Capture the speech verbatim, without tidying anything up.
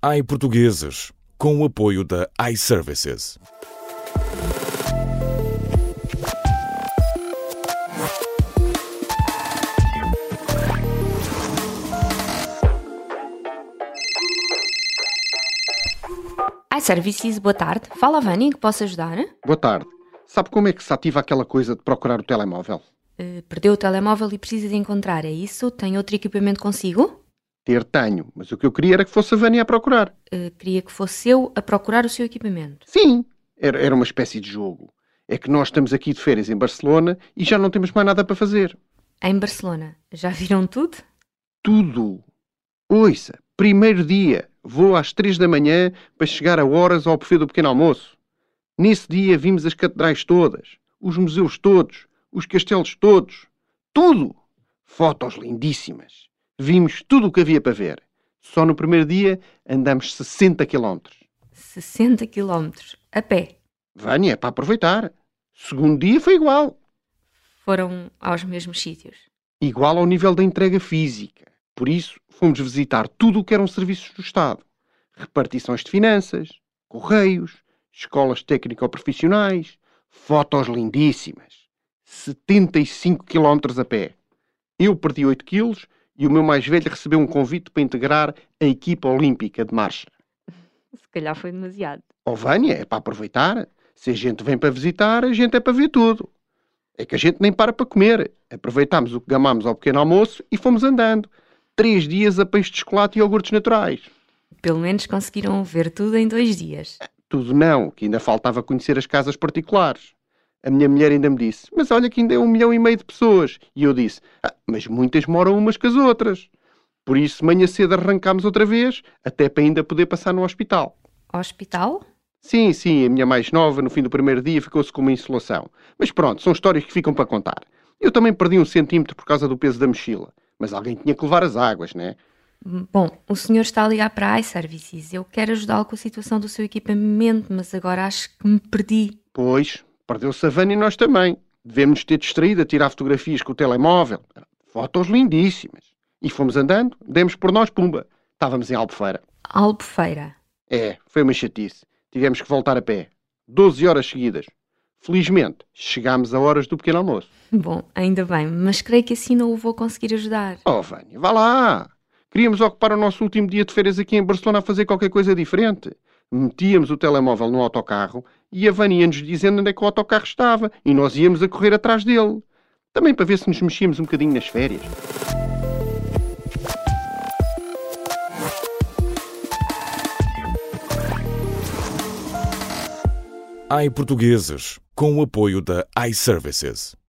iPortugueses, com o apoio da iServices. iServices, boa tarde. Fala a Vânia, em que posso ajudar? Boa tarde. Sabe como é que se ativa aquela coisa de procurar o telemóvel? Uh, perdeu o telemóvel e precisa de encontrar, é isso? Tem outro equipamento consigo? Ter tenho, mas o que eu queria era que fosse a Vânia a procurar. Uh, queria que fosse eu a procurar o seu equipamento. Sim, era, era uma espécie de jogo. É que nós estamos aqui de férias em Barcelona e já não temos mais nada para fazer. Em Barcelona, já viram tudo? Tudo. Ouça, primeiro dia, vou às três da manhã para chegar a horas ao buffet do pequeno almoço. Nesse dia vimos as catedrais todas, os museus todos, os castelos todos. Tudo! Fotos lindíssimas. Vimos tudo o que havia para ver. Só no primeiro dia andamos sessenta quilómetros. sessenta quilómetros, a pé. Vânia, é para aproveitar. Segundo dia foi igual. Foram aos mesmos sítios. Igual ao nível da entrega física. Por isso, fomos visitar tudo o que eram serviços do Estado. Repartições de finanças, correios, escolas técnico-profissionais, fotos lindíssimas. setenta e cinco quilómetros a pé. Eu perdi oito quilos e o meu mais velho recebeu um convite para integrar a equipa olímpica de marcha. Se calhar foi demasiado. Oh, Vânia, é para aproveitar. Se a gente vem para visitar, a gente é para ver tudo. É que a gente nem para para comer. Aproveitámos o que gamámos ao pequeno almoço e fomos andando. Três dias a peixe de chocolate e iogurtes naturais. Pelo menos conseguiram ver tudo em dois dias. Tudo não, que ainda faltava conhecer as casas particulares. A minha mulher ainda me disse, mas olha que ainda é um milhão e meio de pessoas. E eu disse, ah, mas muitas moram umas com as outras. Por isso, manhã cedo arrancámos outra vez, até para ainda poder passar no hospital. Hospital? Sim, sim, a minha mais nova, no fim do primeiro dia, ficou-se com uma insolação. Mas pronto, são histórias que ficam para contar. Eu também perdi um centímetro por causa do peso da mochila. Mas alguém tinha que levar as águas, né? Bom, o senhor está a ligar para a iServices. Eu quero ajudá-lo com a situação do seu equipamento, mas agora acho que me perdi. Pois, perdeu-se a Vânia e nós também. Devemos ter distraído a tirar fotografias com o telemóvel. Fotos lindíssimas. E fomos andando, demos por nós, pumba. Estávamos em Albufeira. Albufeira? É, foi uma chatice. Tivemos que voltar a pé. doze horas seguidas. Felizmente, chegámos a horas do pequeno almoço. Bom, ainda bem, mas creio que assim não o vou conseguir ajudar. Oh, Vânia, vá lá. Queríamos ocupar o nosso último dia de férias aqui em Barcelona a fazer qualquer coisa diferente. Metíamos o telemóvel no autocarro e a Vânia ia-nos dizendo onde é que o autocarro estava e nós íamos a correr atrás dele. Também para ver se nos mexíamos um bocadinho nas férias. iPortugueses, com o apoio da iServices.